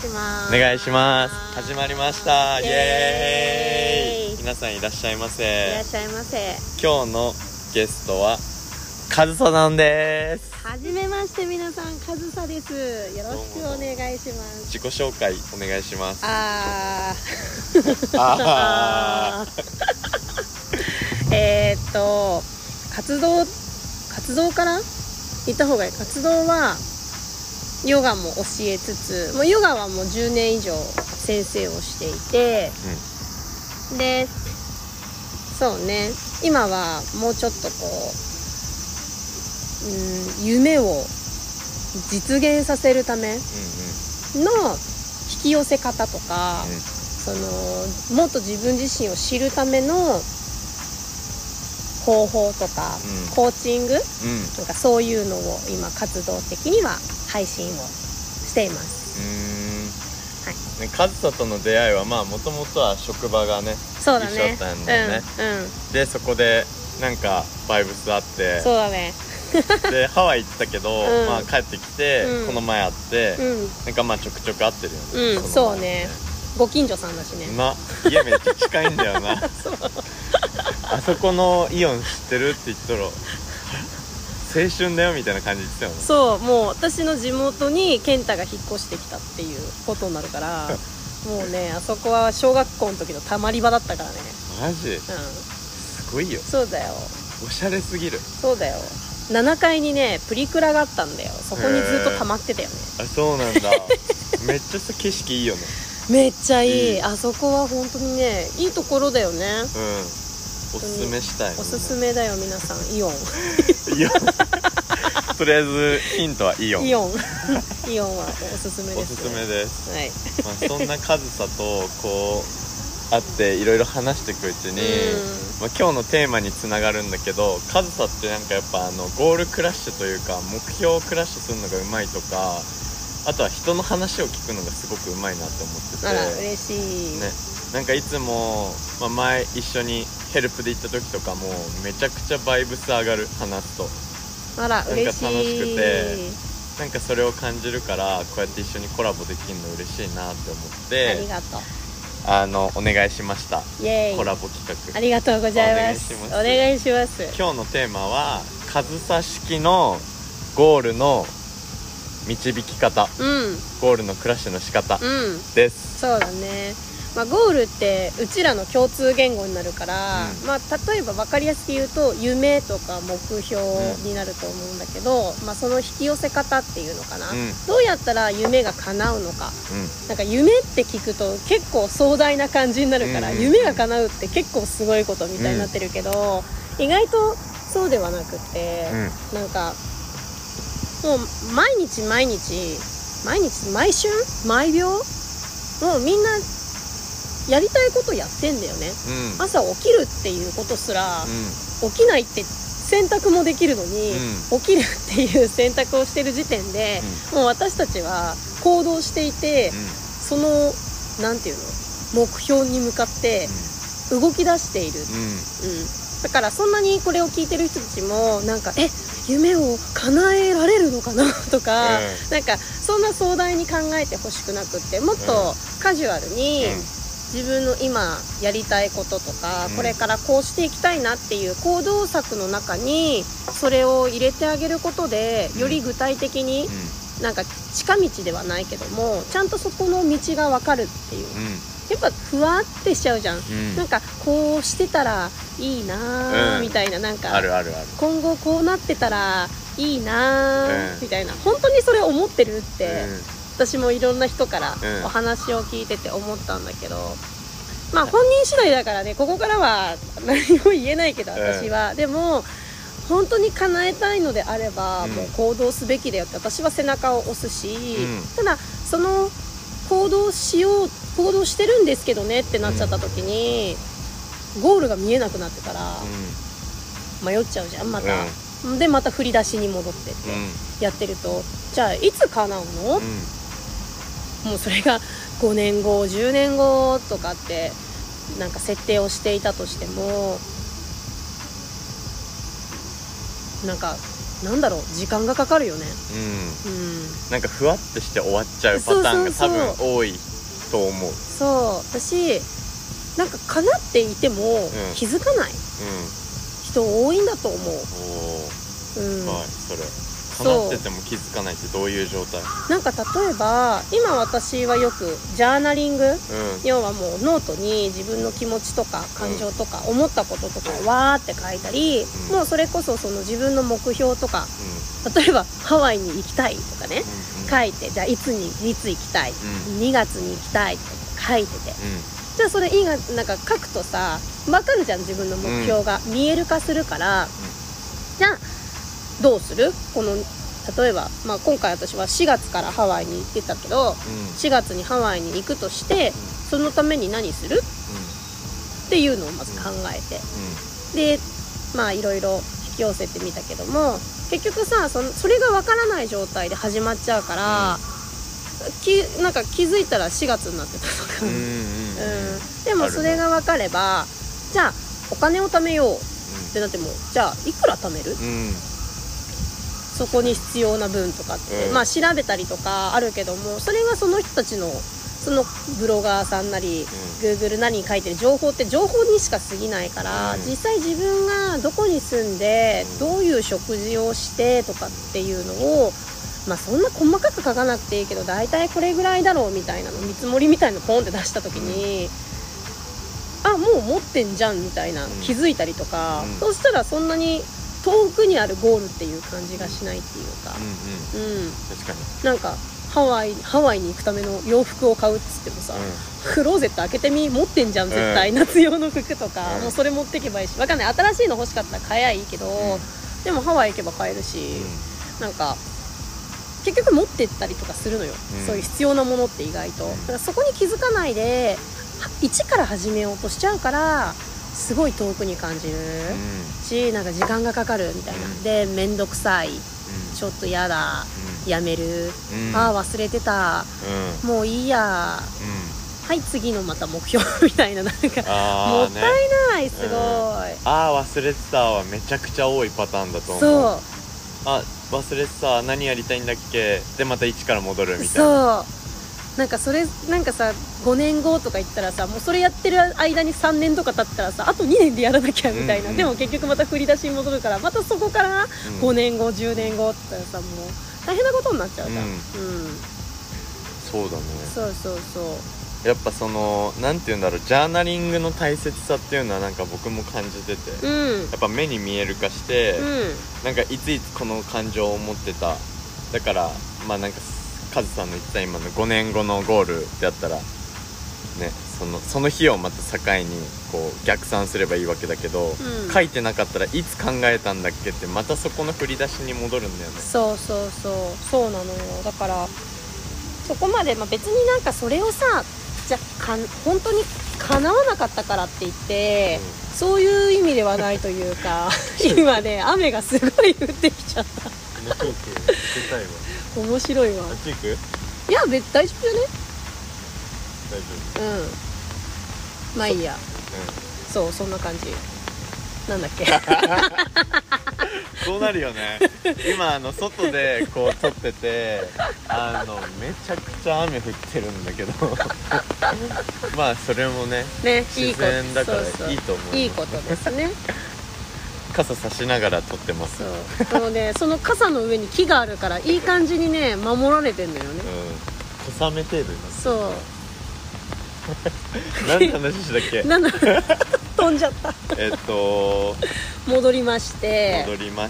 ます。 お願いします。始まりました。イエーイ。 皆さんいらっしゃいませ。 いらっしゃいませ。 今日のゲストはカズサなんです。 はじめまして、皆さん、カズサです。よろしくお願いします。 自己紹介お願いします。 活動から言った方がいい。活動はヨガも教えつつ、もうヨガはもう10年以上先生をしていて、でそうね、今はもうちょっと夢を実現させるための引き寄せ方とか、もっと自分自身を知るための方法とか、コーチング、なんかそういうのを今活動的には配信をしています。 はい、カズサとの出会いはもともとは職場がね、 そうだね、 一緒だったんだよね。でそこでなんかバイブスあって、 そうだね。 でハワイ行ったけど、帰ってきて、この前会って、なんかちょくちょく会ってるよね。 そうね。ご近所さんだしね。 家めっちゃ近いんだよな。あそこのイオン知ってるって言ったら青春だよみたいな感じで言ってたよね。そう、もう私の地元に健太が引っ越してきたっていうことになるからもうね、あそこは小学校の時のたまり場だったからね。マジ？すごいよ。そうだよ。おしゃれすぎる。そうだよ。7階にねプリクラがあったんだよ。そこにずっと溜まってたよね。あ、そうなんだ。めっちゃさ景色いいよね。めっちゃいい。あそこは本当にねいいところだよね。おすすめしたい。おすすめだよ皆さん。イオン。イオン。とりあえずヒントはイオン。イオンはおすすめです。おすすめです。はい。そんなカズサと会っていろいろ話していくうちに、今日のテーマにつながるんだけど、カズサってなんかやっぱゴールクラッシュというか目標をクラッシュするのがうまいとか、あとは人の話を聞くのがすごくうまいなって思ってて。あら嬉しいね。なんかいつも、前一緒にヘルプで行った時とかもめちゃくちゃバイブス上がる、話すと。あら嬉しい。なんか楽しくて、なんかそれを感じるから、こうやって一緒にコラボできるの嬉しいなって思って。ありがとう。お願いしました。イエーイ。コラボ企画ありがとうございます。お願いします。今日のテーマはカズサ式のゴールの導き方、ゴールのクラッシュの仕方です。そうだね。ゴールってうちらの共通言語になるから、例えば分かりやすく言うと夢とか目標になると思うんだけど、その引き寄せ方っていうのかな、どうやったら夢が叶うのか、なんか夢って聞くと結構壮大な感じになるから、夢が叶うって結構すごいことみたいになってるけど、意外とそうではなくて、なんかもう毎日毎瞬毎秒もうみんなやりたいことやってんだよね。朝起きるっていうことすら、起きないって選択もできるのに、起きるっていう選択をしてる時点で、もう私たちは行動していて、そのなんていうの、目標に向かって動き出している。だからそんなにこれを聞いてる人たちもなんか夢を叶えられるのかなとか、なんかそんな壮大に考えてほしくなくって、もっとカジュアルに自分の今やりたいこととか、これからこうしていきたいなっていう行動策の中にそれを入れてあげることで、より具体的に、なんか近道ではないけどもちゃんとそこの道が分かるっていう、やっぱふわってしちゃうじゃん、なんかこうしてたらいいなみたいな、なんかある今後こうなってたらいいなみたいな、本当にそれ思ってるって、私もいろんな人からお話を聞いてて思ったんだけど、本人次第だからね、ここからは何も言えないけど私は、でも本当に叶えたいのであれば、もう行動すべきだよって私は背中を押すし、ただその行動してるんですけどねってなっちゃった時に、ゴールが見えなくなってたら、迷っちゃうじゃんまた、でまた振り出しに戻ってってやってると、じゃあいつ叶うの、もうそれが5年後10年後とかってなんか設定をしていたとしても、なんかなんだろう、時間がかかるよね。 なんかふわっとして終わっちゃうパターンが多分多いと思う。 そう私なんか叶っていても気づかない人多いんだと思う。 それ叶ってても気づかないってどういう状態？ なんか例えば今私はよくジャーナリング、要はもうノートに自分の気持ちとか感情とか思ったこととかをわーって書いたり、もうそれこそその自分の目標とか、例えばハワイに行きたいとかね、書いて、じゃあいつ行きたい、2月に行きたいって書いてて、じゃあそれなんか書くとさ分かるじゃん、自分の目標が見える化するから、じゃあどうする？この例えば、今回私は4月からハワイに行ってたけど、4月にハワイに行くとして、そのために何する？っていうのをまず考えて、でいろいろ引き寄せてみたけども、結局さそれが分からない状態で始まっちゃうから、なんか気づいたら4月になってたとか、でもそれが分かれば、じゃあお金を貯めようってなっても、じゃあいくら貯める？そこに必要な分とかって、調べたりとかあるけども、それはその人たちのそのブロガーさんなり、Google 何書いてる情報って情報にしか過ぎないから、実際自分がどこに住んでどういう食事をしてとかっていうのを、そんな細かく書かなくていいけど、大体これぐらいだろうみたいなの見積もりみたいなのポンって出した時に、もう持ってんじゃんみたいな気づいたりとか、そうしたらそんなに遠くにあるゴールっていう感じがしないっていうか、 確かになんかハワイに行くための洋服を買うっつってもさ、クローゼット開けて持ってんじゃん絶対、夏用の服とか、もうそれ持ってけばいいし、わかんない、新しいの欲しかったら買えばいいけど、でもハワイ行けば買えるし、なんか結局持ってったりとかするのよ、そういう必要なものって意外と、だからそこに気づかないで一から始めようとしちゃうから、すごい遠くに感じるし、なんか時間がかかるみたいな、でめんどくさい、ちょっとやだ、やめる、忘れてた、もういいや、はい次のまた目標みたいな、なんかもったいない、すごい、 忘れてたはめちゃくちゃ多いパターンだと思う。忘れてた、何やりたいんだっけ、でまた一から戻るみたいな。 なんかそれなんかさ5年後とか言ったらさ、もうそれやってる間に3年とか経ったらさ、あと2年でやらなきゃみたいな、でも結局また振り出しに戻るから、またそこから5年後10年後って言ったらさ、もう大変なことになっちゃうじゃん。 そうだね。 そうやっぱそのなんていうんだろう、ジャーナリングの大切さっていうのはなんか僕も感じてて、やっぱ目に見える化して、なんかいついつこの感情を持ってた、だからなんかカズさんの言ってた今の5年後のゴールってやったらね、その日をまた境にこう逆算すればいいわけだけど、書いてなかったらいつ考えたんだっけってまたそこの振り出しに戻るんだよね。 そうなのよ。だからそこまで、別になんかそれをさ、じゃ本当に叶わなかったからって言って、そういう意味ではないというか今ね雨がすごい降ってきちゃった。面白いわ。 あっち行く？ いや大丈夫よね。 大丈夫。いいや。そうそんな感じ。なんだっけ。 そうなるよね。今外でこう撮っててめちゃくちゃ雨降ってるんだけどそれもね自然だからいいと思う。 いいことですね。 傘差しながら撮ってます。 その傘の上に木があるからいい感じにね守られてんだよね。 小雨程度になってる。 そう。 何の話したっけ？ 飛んじゃった。戻りまして、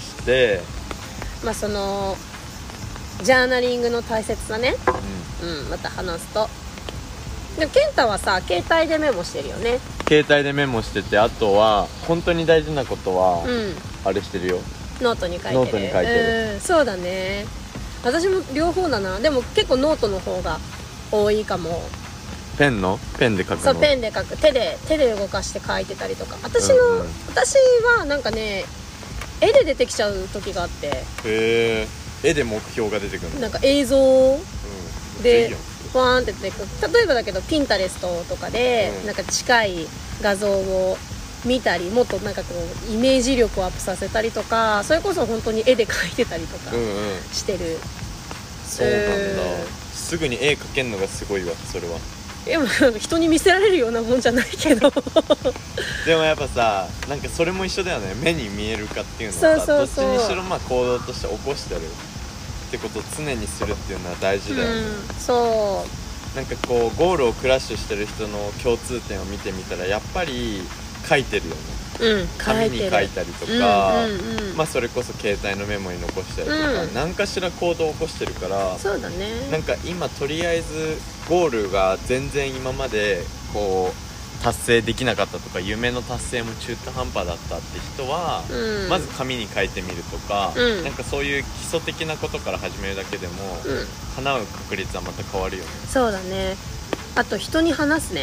そのジャーナリングの大切さね、また話すと、でも健太はさ携帯でメモしてるよね。 携帯でメモしてて、あとは本当に大事なことは、あれしてるよ、 ノートに書いてる。そうだね。私も両方だな。でも結構ノートの方が多いかも。 ペンで書くの？ そう、ペンで書く。手で動かして書いてたりとか。私はなんかね絵で出てきちゃう時があって。 絵で目標が出てくるの？ なんか映像でワーンって出てくる。例えばだけどピンタレストとかで、なんか近い画像を見たり、もっとなんかこうイメージ力をアップさせたりとか、それこそ本当に絵で描いてたりとかしてる、 そうなんだ、すぐに絵描けるのがすごいわ、それは。 でも人に見せられるようなもんじゃないけどでもやっぱさ、なんかそれも一緒だよね、目に見えるかっていうのはさ、どっちにしろまあ行動として起こしてるってことを常にするっていうのは大事だよね、そうなんかこうゴールをクラッシュしてる人の共通点を見てみたら、やっぱり書いてるよね、紙に書いたりとか、まあそれこそ携帯のメモに残したりとか、何かしら行動を起こしてるから、 そうだね、 なんか今とりあえずゴールが全然今までこう達成できなかったとか、夢の達成も中途半端だったって人は、まず紙に書いてみるとか、なんかそういう基礎的なことから始めるだけでも、叶う確率はまた変わるよね。そうだね。あと人に話すね。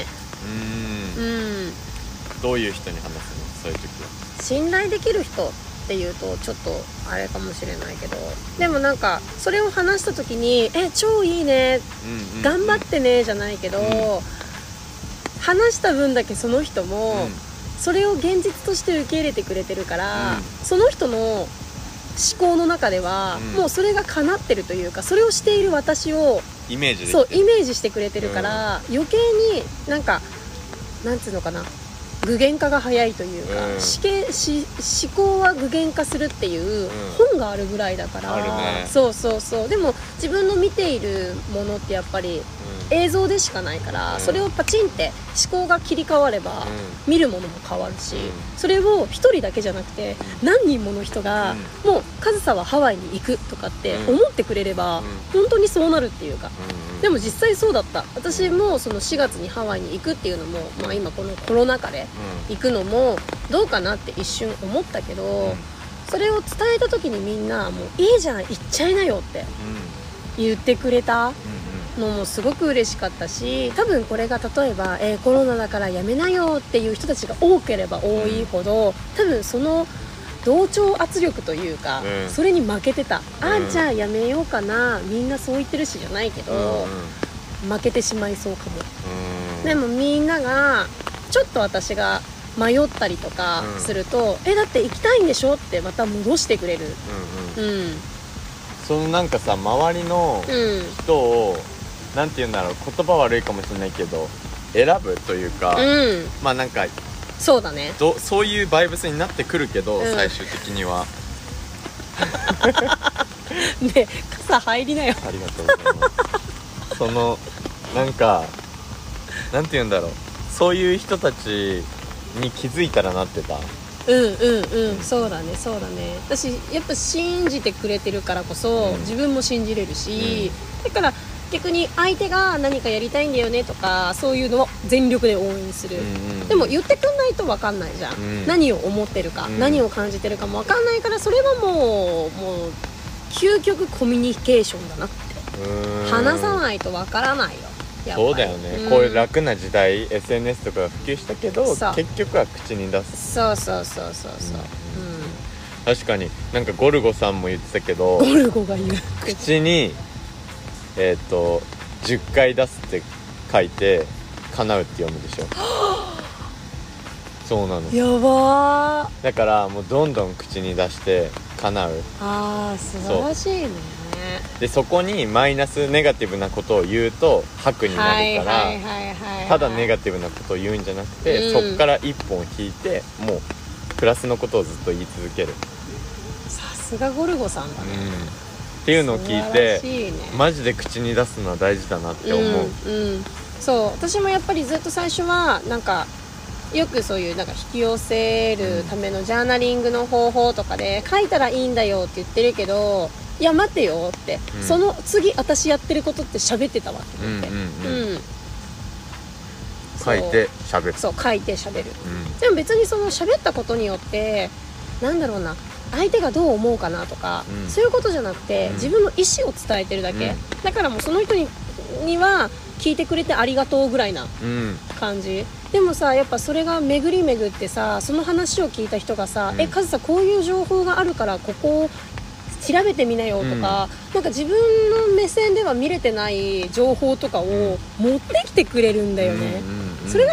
どういう人に話すの、そういう時は。信頼できる人っていうとちょっとあれかもしれないけど、でもなんかそれを話した時に超いいね、頑張ってねじゃないけど、話した分だけその人もそれを現実として受け入れてくれてるから、その人の思考の中ではもうそれが叶ってるというか、それをしている私をイメージしてくれてるから、余計になんかなんつうのかな、具現化が早いというか、思考は具現化するっていう本があるぐらいだから、そうでも自分の見ているものってやっぱり映像でしかないから、それをパチンって思考が切り替われば、見るものも変わるし、それを一人だけじゃなくて何人もの人が、もう上総はハワイに行くとかって思ってくれれば、本当にそうなるっていうか、でも実際そうだった。私もその4月にハワイに行くっていうのも、まあ、今このコロナ禍で行くのもどうかなって一瞬思ったけど、それを伝えた時にみんなもういいじゃん、行っちゃいなよって言ってくれたのもすごく嬉しかったし、多分これが例えば、コロナだからやめなよっていう人たちが多ければ多いほど、多分その同調圧力というか、それに負けてた、じゃあやめようかな、みんなそう言ってるしじゃないけど、負けてしまいそうかも。でもみんながちょっと私が迷ったりとかすると、だって行きたいんでしょってまた戻してくれる。そのなんかさ、周りの人を、なんて言うんだろう、言葉悪いかもしれないけど選ぶというか、まあなんかそうだね、そういうバイブスになってくるけど、最終的にはね、傘入りなよ。ありがとうございますそのなんかなんて言うんだろう、そういう人たちに気づいたらなってた。そうだね。私やっぱ信じてくれてるからこそ、自分も信じれるし、だから逆に相手が何かやりたいんだよねとか、そういうのを全力で応援する、でも言ってくんないと分かんないじゃん、何を思ってるか、何を感じてるかも分かんないから、それはもう究極コミュニケーションだなって、話さないと分からないよ。そうだよね、こういう楽な時代 SNS とかが普及したけど、結局は口に出す。そう、確かに。なんかゴルゴさんも言ってたけど、ゴルゴが言う、口に10回出すって書いて叶うって読むでしょそうなの。やばー。だからもうどんどん口に出して叶う。素晴らしいね。でそこにマイナスネガティブなことを言うと悪になるから、ただネガティブなことを言うんじゃなくて、そっから一本引いて、もうプラスのことをずっと言い続ける。さすがゴルゴさんだね、っていうのを聞いて、マジで口に出すのは大事だなって思う。そう私もやっぱりずっと最初はなんかよくそういうなんか引き寄せるためのジャーナリングの方法とかで書いたらいいんだよって言ってるけど、いや待てよって、その次私やってることって喋ってたわって言って、書いて喋る。そう書いて喋る、でも別にその喋ったことによってなんだろうな、相手がどう思うかなとか、そういうことじゃなくて、自分の意思を伝えてるだけ、だからもうその人には聞いてくれてありがとうぐらいな感じ、でもさやっぱそれが巡り巡ってさ、その話を聞いた人がさ、カズさこういう情報があるからここを調べてみなよとか、なんか自分の目線では見れてない情報とかを持ってきてくれるんだよね、それが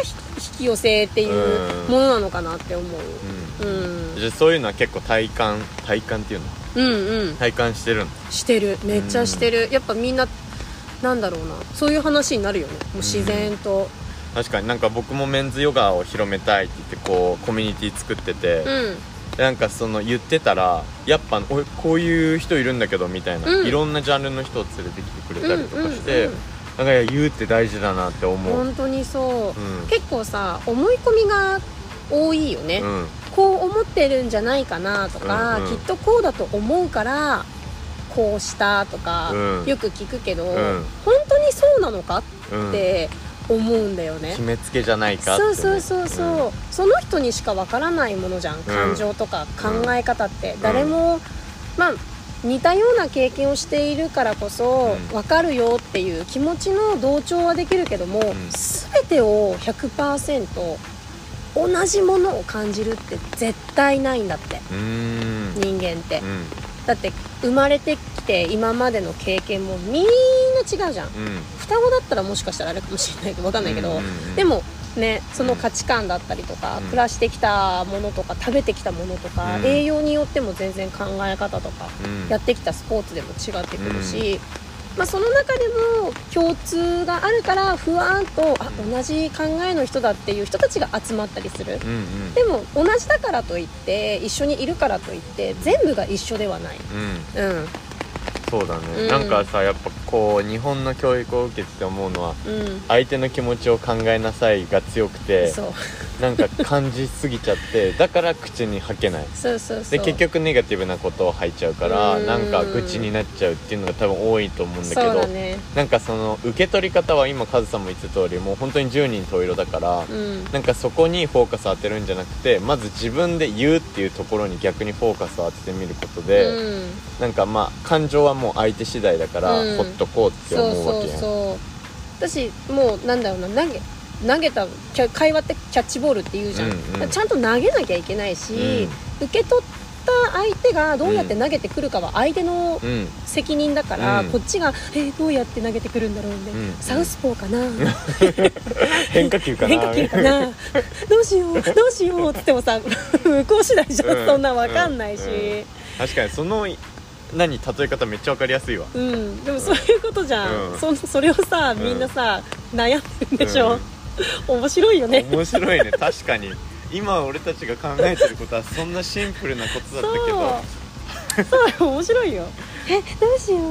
引き寄せっていうものなのかなって思う、 じゃあそういうのは結構体感っていうの、体感してるの？ してる、めっちゃしてる、やっぱみんななんだろうな、そういう話になるよね、もう自然と、 確かになんか僕もメンズヨガを広めたいって言ってこうコミュニティ作ってて、なんかその言ってたらやっぱこういう人いるんだけどみたいな、いろんなジャンルの人を連れてきてくれたりとかして、なんか言うって大事だなって思う。 本当にそう、結構さ思い込みが多いよね、こう思ってるんじゃないかなとか、きっとこうだと思うからこうしたとか、よく聞くけど、本当にそうなのかって思うんだよね。 決めつけじゃないかって、ね、 そう、その人にしかわからないものじゃん、感情とか考え方って、誰もまあ似たような経験をしているからこそ分かるよっていう気持ちの同調はできるけども、全てを 100% 同じものを感じるって絶対ないんだって、人間って、だって生まれてきて今までの経験もみんな違うじゃん、双子だったらもしかしたらあれかもしれないけど分かんないけど、でもね、その価値観だったりとか、暮らしてきたものとか食べてきたものとか、栄養によっても全然考え方とか、やってきたスポーツでも違ってくるし、その中でも共通があるからふわーんと同じ考えの人だっていう人たちが集まったりする、でも同じだからといって一緒にいるからといって全部が一緒ではない、 そうだね、なんかさやっぱこう日本の教育を受けて思うのは、相手の気持ちを考えなさいが強くて、なんか感じすぎちゃってだから口に吐けない、で結局ネガティブなことを吐いちゃうから、なんか愚痴になっちゃうっていうのが多分多いと思うんだけど、なんかその受け取り方は今カズさんも言った通りもう本当に十人十色だから、なんかそこにフォーカスを当てるんじゃなくて、まず自分で言うっていうところに逆にフォーカスを当ててみることで、なんか感情はもう相手次第だから、ほっとこうって思うわけやん。 私もうなんだろうな、投げた会話ってキャッチボールって言うじゃん、ちゃんと投げなきゃいけないし、受け取った相手がどうやって投げてくるかは相手の責任だから、こっちがどうやって投げてくるんだろうね、サウスポーかな変化球かなどうしようって言ってもさ向こう次第じゃん、そんな分かんないし、 確かにその例え方めっちゃ分かりやすいわ、 でもそういうことじゃん、それをさみんなさ、悩んでるんでしょ、面白いよね。 面白いね、確かに今俺たちが考えてることはそんなシンプルなことだったけどそう面白いよ。どうしよ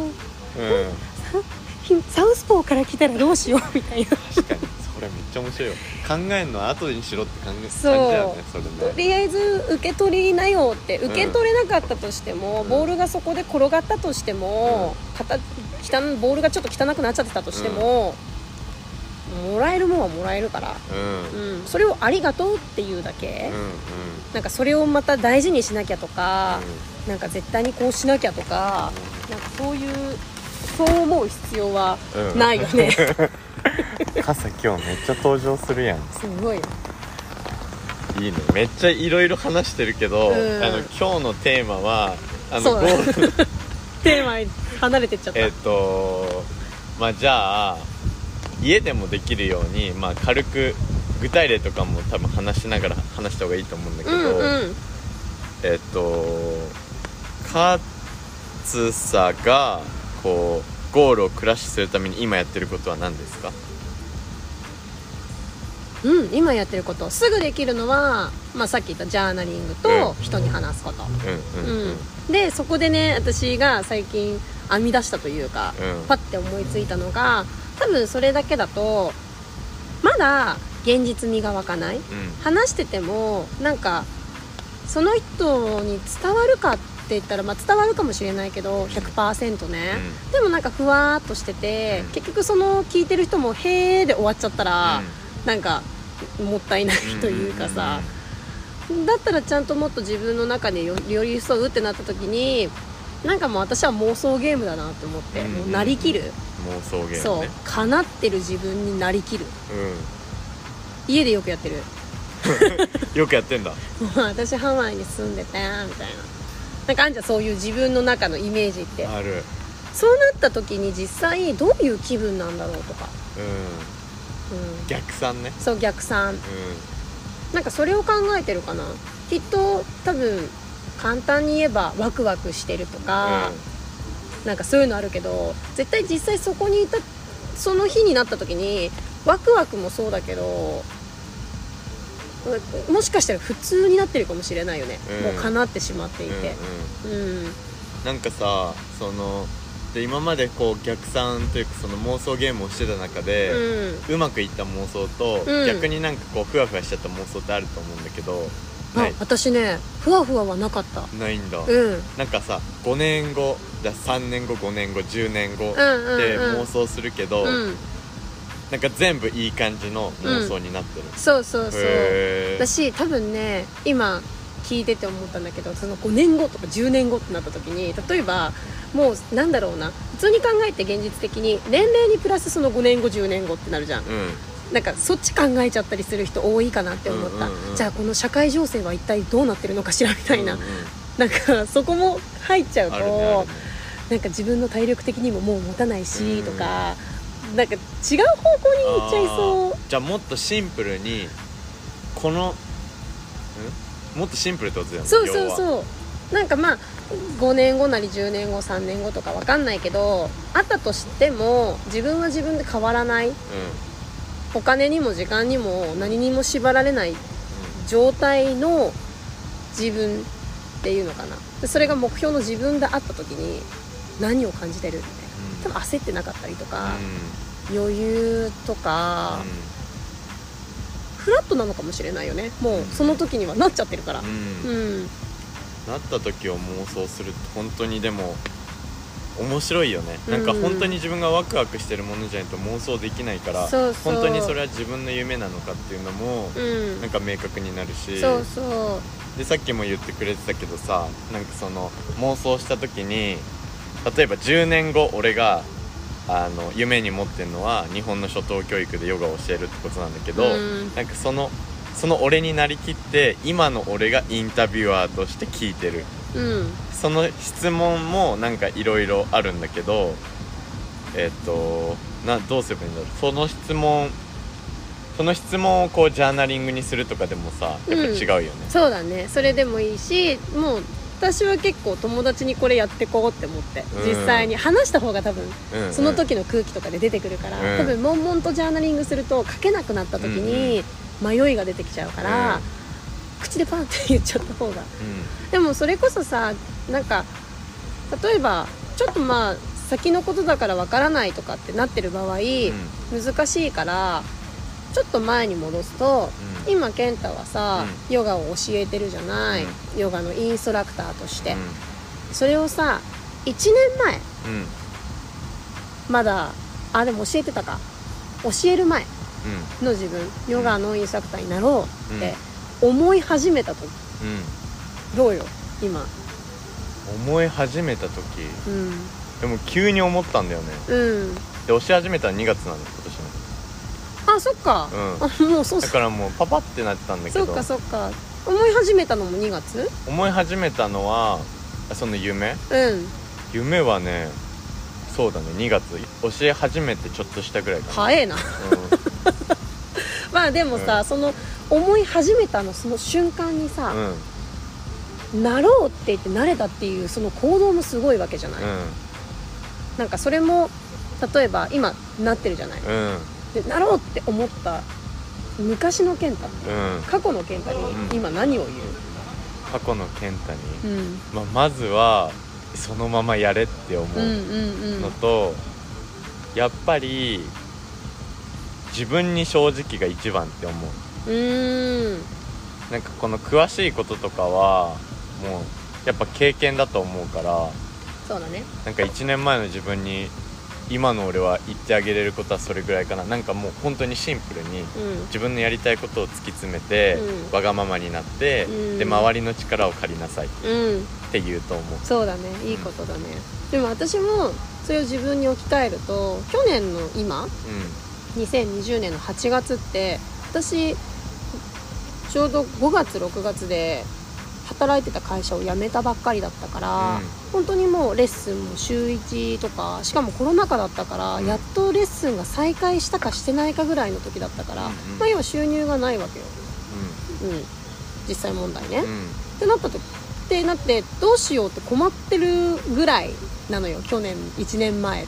う、サウスポーから来たらどうしようみたいな。 確かにそれめっちゃ面白いよ。考えるのは後にしろって感じだよね。それね、 とりあえず受け取りなよって、受け取れなかったとしても、ボールがそこで転がったとしても、ボールがちょっと汚くなっちゃってたとしても、もらえるもんはもらえるから、それをありがとうっていうだけ、なんかそれをまた大事にしなきゃとか、なんか絶対にこうしなきゃとか、なんかそう思う必要はないよね、 傘今日めっちゃ登場するやん。 すごいいいね、めっちゃいろいろ話してるけど、今日のテーマはそうだテーマに離れてっちゃった。 じゃあ家でもできるように、軽く具体例とかも多分話しながら話した方がいいと思うんだけど、カツサがこうゴールをクラッシュするために今やってることは何ですか？ 今やってることすぐできるのは、さっき言ったジャーナリングと人に話すこと、でそこでね、私が最近編み出したというか、パッて思いついたのが、多分それだけだとまだ現実味が湧かない、話しててもなんかその人に伝わるかって言ったら、伝わるかもしれないけど 100% ね、でもなんかふわーっとしてて、結局その聞いてる人もへーで終わっちゃったら、なんかもったいないというかさ、だったらちゃんともっと自分の中で寄り添うってなった時に、なんかもう私は妄想ゲームだなって思って、もうなりきる妄想ゲームね。 そう、叶ってる自分になりきる、家でよくやってるよくやってんだ私ハワイに住んでてみたいな、なんかあんじゃん、そういう自分の中のイメージって。 ある。 そうなった時に実際どういう気分なんだろうとか、 逆算ね。 そう逆算、なんかそれを考えてるかな。きっと多分簡単に言えばワクワクしてるとか、なんかそういうのあるけど、絶対実際そこにいたその日になった時にワクワクもそうだけど、もしかしたら普通になってるかもしれないよね、もう叶ってしまっていて、 なんかさ、で今までこう逆算というかその妄想ゲームをしてた中で、うまくいった妄想と、逆になんかこうふわふわしちゃった妄想ってあると思うんだけど、 私ねふわふわはなかった。 ないんだ、なんかさ5年後3年後5年後10年後って妄想するけど、なんか全部いい感じの妄想になってる、 そうそうそう。私多分ね今聞いてて思ったんだけど、その5年後とか10年後ってなった時に、例えばもうなんだろうな、普通に考えて現実的に年齢にプラスその5年後10年後ってなるじゃん、なんかそっち考えちゃったりする人多いかなって思った、じゃあこの社会情勢は一体どうなってるのかしらみたいな、なんかそこも入っちゃうと、なんか自分の体力的にももう持たないしとか、なんか違う方向に行っちゃいそう。 じゃあもっとシンプルにもっとシンプルってことだよね。 そうそうそう。なんかまあ5年後なり10年後3年後とか分かんないけど、あったとしても自分は自分で変わらない、お金にも時間にも何にも縛られない状態の自分っていうのかな。それが目標の自分であった時に何を感じてるって、多分焦ってなかったりとか、余裕とか、フラットなのかもしれないよね。もうその時にはなっちゃってるから、 なった時を妄想するって本当にでも面白いよね。なんか本当に自分がワクワクしてるものじゃないと妄想できないから、本当にそれは自分の夢なのかっていうのもなんか明確になるし、でさっきも言ってくれてたけどさ、なんかその妄想した時に例えば10年後俺が夢に持ってるのは日本の初等教育でヨガを教えるってことなんだけど、なんかその俺になりきって今の俺がインタビュアーとして聞いてる、その質問もなんかいろいろあるんだけど、どうすればいいんだろう。その質問をこうジャーナリングにするとかでもさ、やっぱ違うよね、 そうだね。それでもいいし、もう私は結構友達にこれやってこうって思って、実際に話した方が多分、その時の空気とかで出てくるから、多分悶々とジャーナリングすると書けなくなった時に迷いが出てきちゃうから、口でパンって言っちゃった方が、でもそれこそさ、なんか例えばちょっとまあ先のことだからわからないとかってなってる場合、難しいからちょっと前に戻すと、今健太はさ、ヨガを教えてるじゃない、ヨガのインストラクターとして、それをさ1年前、まだでも教えてたか、教える前の自分、ヨガのインストラクターになろうって思い始めた時、どうよ今思い始めた時、でも急に思ったんだよね、で教え始めたの2月なんです、今年の。 そっか、もうそうだからもうパパってなってたんだけど、 そっか思い始めたのも2月？ 思い始めたのはその夢はね、そうだね、2月教え始めてちょっとしたぐらいかな。 早えな、まあでもさ、その思い始めたのその瞬間にさ、なろうって言ってなれたっていうその行動もすごいわけじゃない、なんかそれも例えば今なってるじゃない、でなろうって思った昔の健太って、過去の健太に今何を言う？ 過去の健太に、まずはそのままやれって思うのと、やっぱり自分に正直が一番って思う。なんかこの詳しいこととかはもうやっぱ経験だと思うから、 そうだね。 なんか1年前の自分に今の俺は言ってあげれることはそれぐらいかな。なんかもう本当にシンプルに自分のやりたいことを突き詰めて、わがままになって、で周りの力を借りなさいって言うと思う。 そうだね、いいことだね、でも私もそれを自分に置き換えると、去年の今、2020年の8月って私ちょうど5月6月で働いてた会社を辞めたばっかりだったから、本当にもうレッスンも週1とか、しかもコロナ禍だったから、やっとレッスンが再開したかしてないかぐらいの時だったから、要は収入がないわけよ、実際問題ね、ってなってどうしようって困ってるぐらいなのよ、去年1年前って、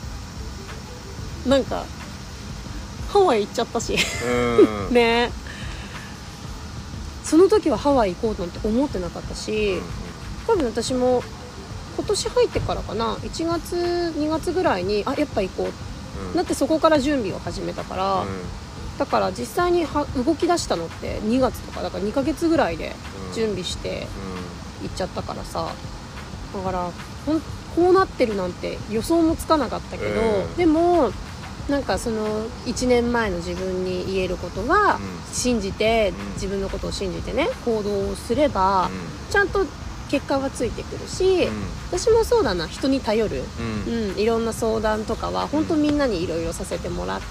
なんかハワイ行っちゃったしね、その時はハワイ行こうなんて思ってなかったし、多分私も今年入ってからかな、1月2月ぐらいにやっぱ行こう、だってそこから準備を始めたから、だから実際に動き出したのって2月とかだから2ヶ月ぐらいで準備して行っちゃったからさ、だからこうなってるなんて予想もつかなかったけど、でもなんかその1年前の自分に言えることは信じて、自分のことを信じてね行動をすればちゃんと結果はついてくるし、私もそうだな、人に頼る、いろんな相談とかは本当みんなにいろいろさせてもらって、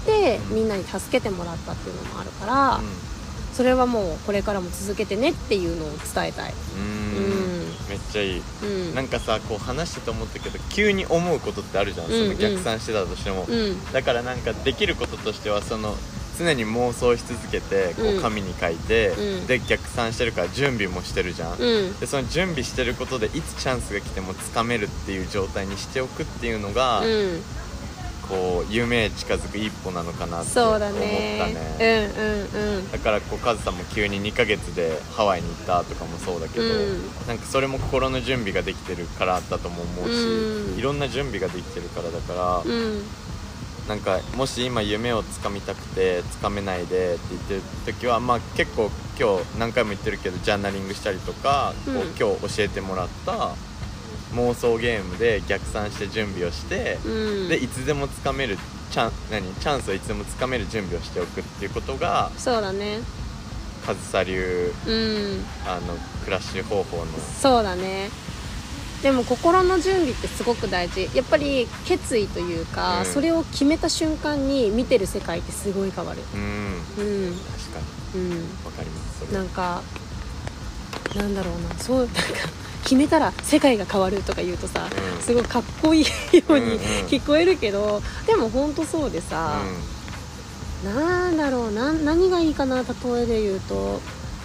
みんなに助けてもらったっていうのもあるから、それはもうこれからも続けてねっていうのを伝えたい。 めっちゃいい、なんかさ、こう話してて思ったけど、急に思うことってあるじゃん、その逆算してたとしても、だからなんかできることとしては、その常に妄想し続けてこう紙に書いて、で逆算してるから準備もしてるじゃん、でその準備してることでいつチャンスが来てもつかめるっていう状態にしておくっていうのが、こう夢へ近づく一歩なのかなって思ったね。だからこうカズさんも急に2ヶ月でハワイに行ったとかもそうだけど、なんかそれも心の準備ができてるからだとも思うし、いろんな準備ができてるからだから、なんかもし今夢をつかみたくてつかめないでって言ってる時は、結構今日何回も言ってるけどジャーナリングしたりとか、こう今日教えてもらった妄想ゲームで逆算して準備をして、でいつでもつかめるチャンスをいつでもつかめる準備をしておくっていうことが、 そうだね、 上総流、クラッシュ方法の、 そうだね。でも心の準備ってすごく大事、やっぱり決意というか、それを決めた瞬間に見てる世界ってすごい変わる。確かに、わかります。それなんかなんだろうな、そうなんか決めたら世界が変わるとか言うとさ、すごいかっこいいように聞こえるけど、でもほんとそうでさ、なんだろうな、何がいいかな、例えで言うと、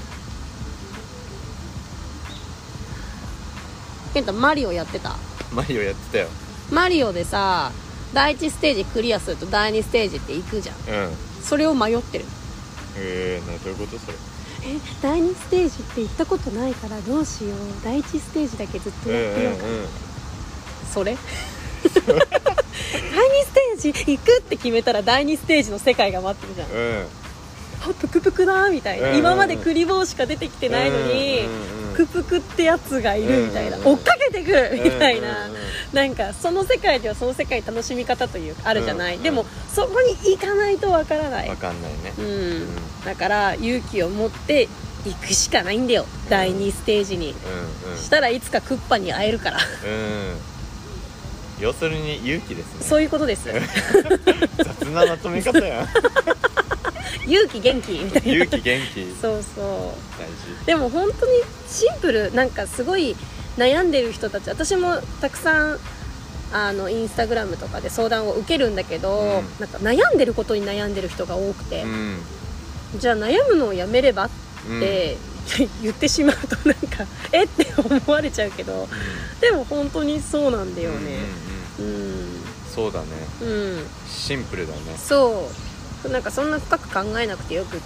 ケンタマリオやってた？ マリオやってたよ。 マリオでさ、第1ステージクリアすると第2ステージって行くじゃん、それを迷ってる。 どういうことそれ？ 第2ステージって行ったことないからどうしよう、第1ステージだけずっとやってようかな、それ第2ステージ行くって決めたら第2ステージの世界が待ってるじゃん、プクプクだみたいな、今までクリボーしか出てきてないのに、プクプクってやつがいるみたいな、追っかけてくるみたいな、なんかその世界ではその世界楽しみ方というかあるじゃない、でもそこに行かないとわからない、 わかんないね、 だから勇気を持って行くしかないんだよ、第2ステージに、したらいつかクッパに会えるから、 要するに勇気ですね。 そういうことです雑なまとめ方やん勇気元気みたいな、 勇気元気そうそう、 大事。 でも本当にシンプル、なんかすごい悩んでる人たち、私もたくさんインスタグラムとかで相談を受けるんだけど、なんか悩んでることに悩んでる人が多くて、じゃあ悩むのをやめればって、言ってしまうとなんかって思われちゃうけど、でも本当にそうなんだよね。 そうだね、シンプルだね。 そうなんかそんな深く考えなくてよくって、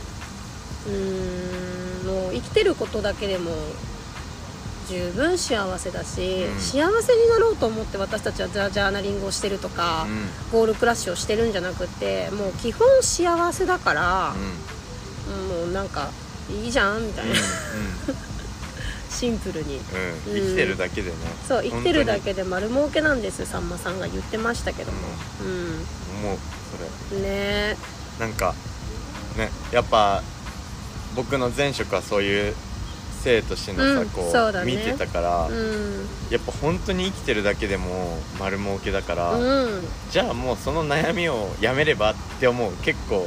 もう生きてることだけでも十分幸せだし、幸せになろうと思って私たちはジャーナリングをしてるとか、ゴールクラッシュをしてるんじゃなくて、もう基本幸せだから、もうなんかいいじゃんみたいな、シンプルに、 生きてるだけでね、 そう生きてるだけで丸儲けなんです、さんまさんが言ってましたけども、 もうそれね、 なんかね、やっぱ僕の前職はそういう生としてのさ、こう見てたから、やっぱ本当に生きてるだけでも丸儲けだから、じゃあもうその悩みをやめればって思う、結構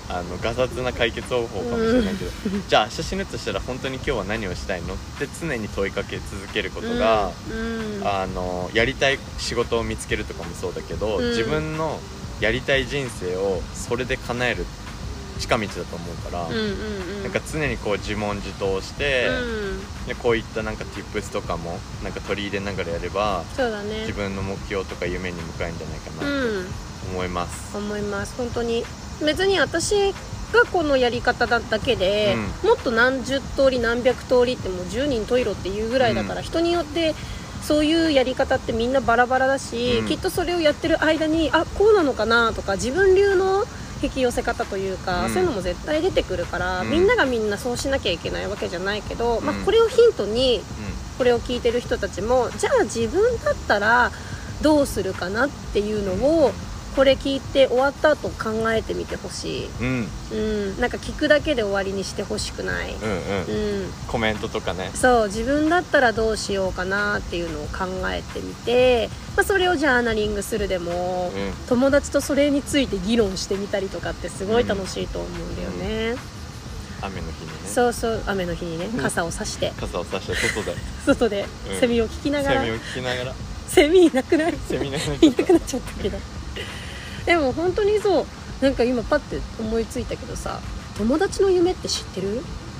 ガサツな解決方法かもしれないけど、じゃあ明日死ぬとしたら本当に今日は何をしたいのって常に問いかけ続けることが、やりたい仕事を見つけるとかもそうだけど、自分のやりたい人生をそれで叶える近道だと思うから、なんか常にこう自問自答して、でこういったなんか tips とかもなんか取り入れながらやれば、 そうだね、 自分の目標とか夢に向かえるんじゃないかなと思います、 思います。本当に別に私がこのやり方だけで、もっと何十通り何百通りってもう10人十色っていうぐらいだから、人によってそういうやり方ってみんなバラバラだし、きっとそれをやってる間にこうなのかなとか自分流の引き寄せ方というか、そういうのも絶対出てくるから、みんながみんなそうしなきゃいけないわけじゃないけど、これをヒントに、これを聞いてる人たちもじゃあ自分だったらどうするかなっていうのをこれ聞いて終わった後考えてみてほしい、なんか聞くだけで終わりにしてほしくない、 コメントとかね、 そう自分だったらどうしようかなっていうのを考えてみて、それをジャーナリングするでも、友達とそれについて議論してみたりとかってすごい楽しいと思うんだよね、 雨の日にね、 そう雨の日にね、傘を差して外で、セミを聞きながら、セミいなくなっちゃったけどでも本当にそう、なんか今パッて思いついたけどさ、友達の夢って知ってる？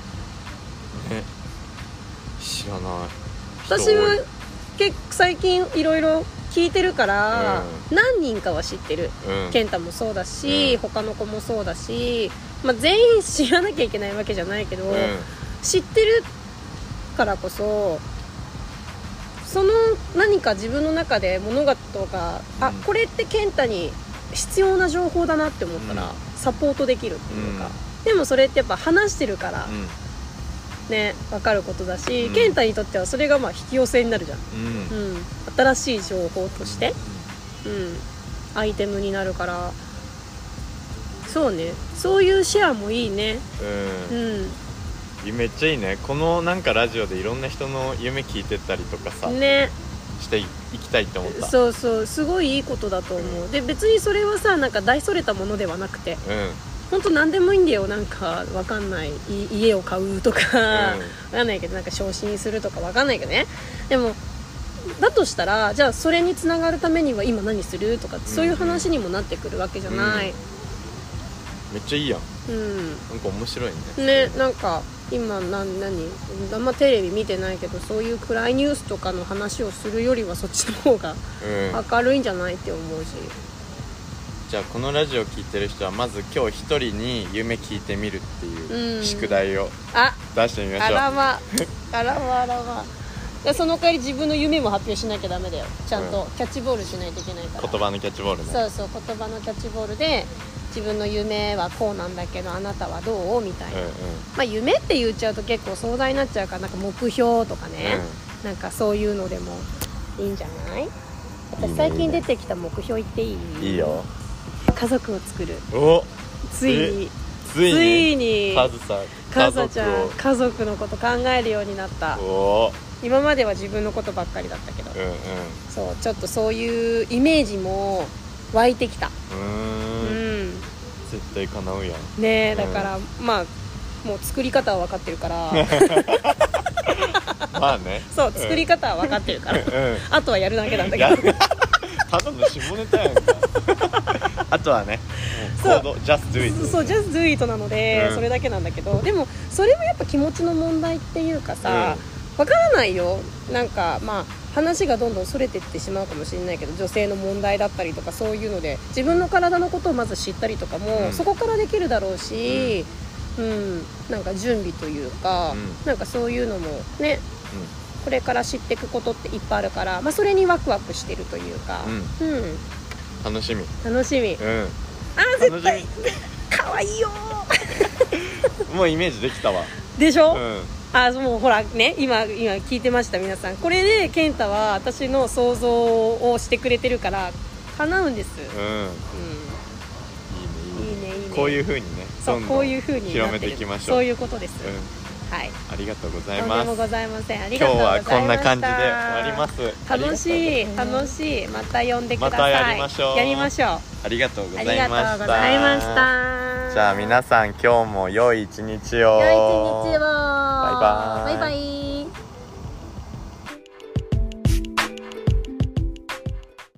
知らない。 私は結構最近いろいろ聞いてるから、何人かは知ってる、健太もそうだし、他の子もそうだし、全員知らなきゃいけないわけじゃないけど、知ってるからこそその何か自分の中で物事が、これって健太に必要な情報だなって思ったら、サポートできるっていうか、でもそれってやっぱ話してるから、ね、分かることだし、健太にとってはそれが引き寄せになるじゃん、新しい情報として、アイテムになるから、そうね、そういうシェアもいいね。 めっちゃいいね。このなんかラジオでいろんな人の夢聞いてたりとかさ、していきたいって思った。 そうすごいいいことだと思う、で別にそれはさ、なんか大それたものではなくて、本当何でもいいんだよ。なんかわかんない、家を買うとか、わかんないけど、なんか昇進するとかわかんないけどね、でもだとしたら、じゃあそれにつながるためには今何するとか、そういう話にもなってくるわけじゃない、 めっちゃいいやん、なんか面白いね。 なんか今あんまテレビ見てないけど、そういう暗いニュースとかの話をするよりはそっちの方が明るいんじゃないって思うし、 じゃあこのラジオ聞いてる人はまず今日一人に夢聞いてみるっていう宿題を出してみましょう。 あらまで、その代わり自分の夢も発表しなきゃダメだよ。ちゃんとキャッチボールしないといけないから、 言葉のキャッチボールね。 そう言葉のキャッチボールで、自分の夢はこうなんだけどあなたはどうみたいな、夢って言っちゃうと結構壮大になっちゃうから、なんか目標とかね、なんかそういうのでもいいんじゃない？私最近出てきた目標言っていい？ いいよ。 家族を作る。ついにカズちゃん家族のこと考えるようになった。今までは自分のことばっかりだったけど、そうちょっとそういうイメージも湧いてきた。 絶対叶うやんね。だからもう作り方は分かってるからそう作り方は分かってるから、あとはやるだけなんだけどただの下ネタやんかあとはね、コード Just do it、 そう Just do it なので、それだけなんだけど、でもそれもやっぱ気持ちの問題っていうかさ、分からないよ。なんか話がどんどんそれていってしまうかもしれないけど、女性の問題だったりとか、そういうので自分の体のことをまず知ったりとかも、そこからできるだろうし、なんか準備というか、なんかそういうのもね、これから知っていくことっていっぱいあるから、それにワクワクしてるというか、 楽しみ、 絶対かわいいよもうイメージできたわでしょ、もうほらね、今聞いてました皆さん。これで健太は私の想像をしてくれてるから叶うんです。いいね。 こういう風にね、 こういう風に広めていきましょう。 そういうことです。 はい、 ありがとうございます。 とんでもございません。ありがとうございました。 今日はこんな感じで終わります。 楽しい楽しい。また呼んでください。 またやりましょう。 やりましょう。 ありがとうございました。 ありがとうございました。 じゃあ皆さん今日も良い一日を。 良い一日を。 バイバイ。 バイバイ。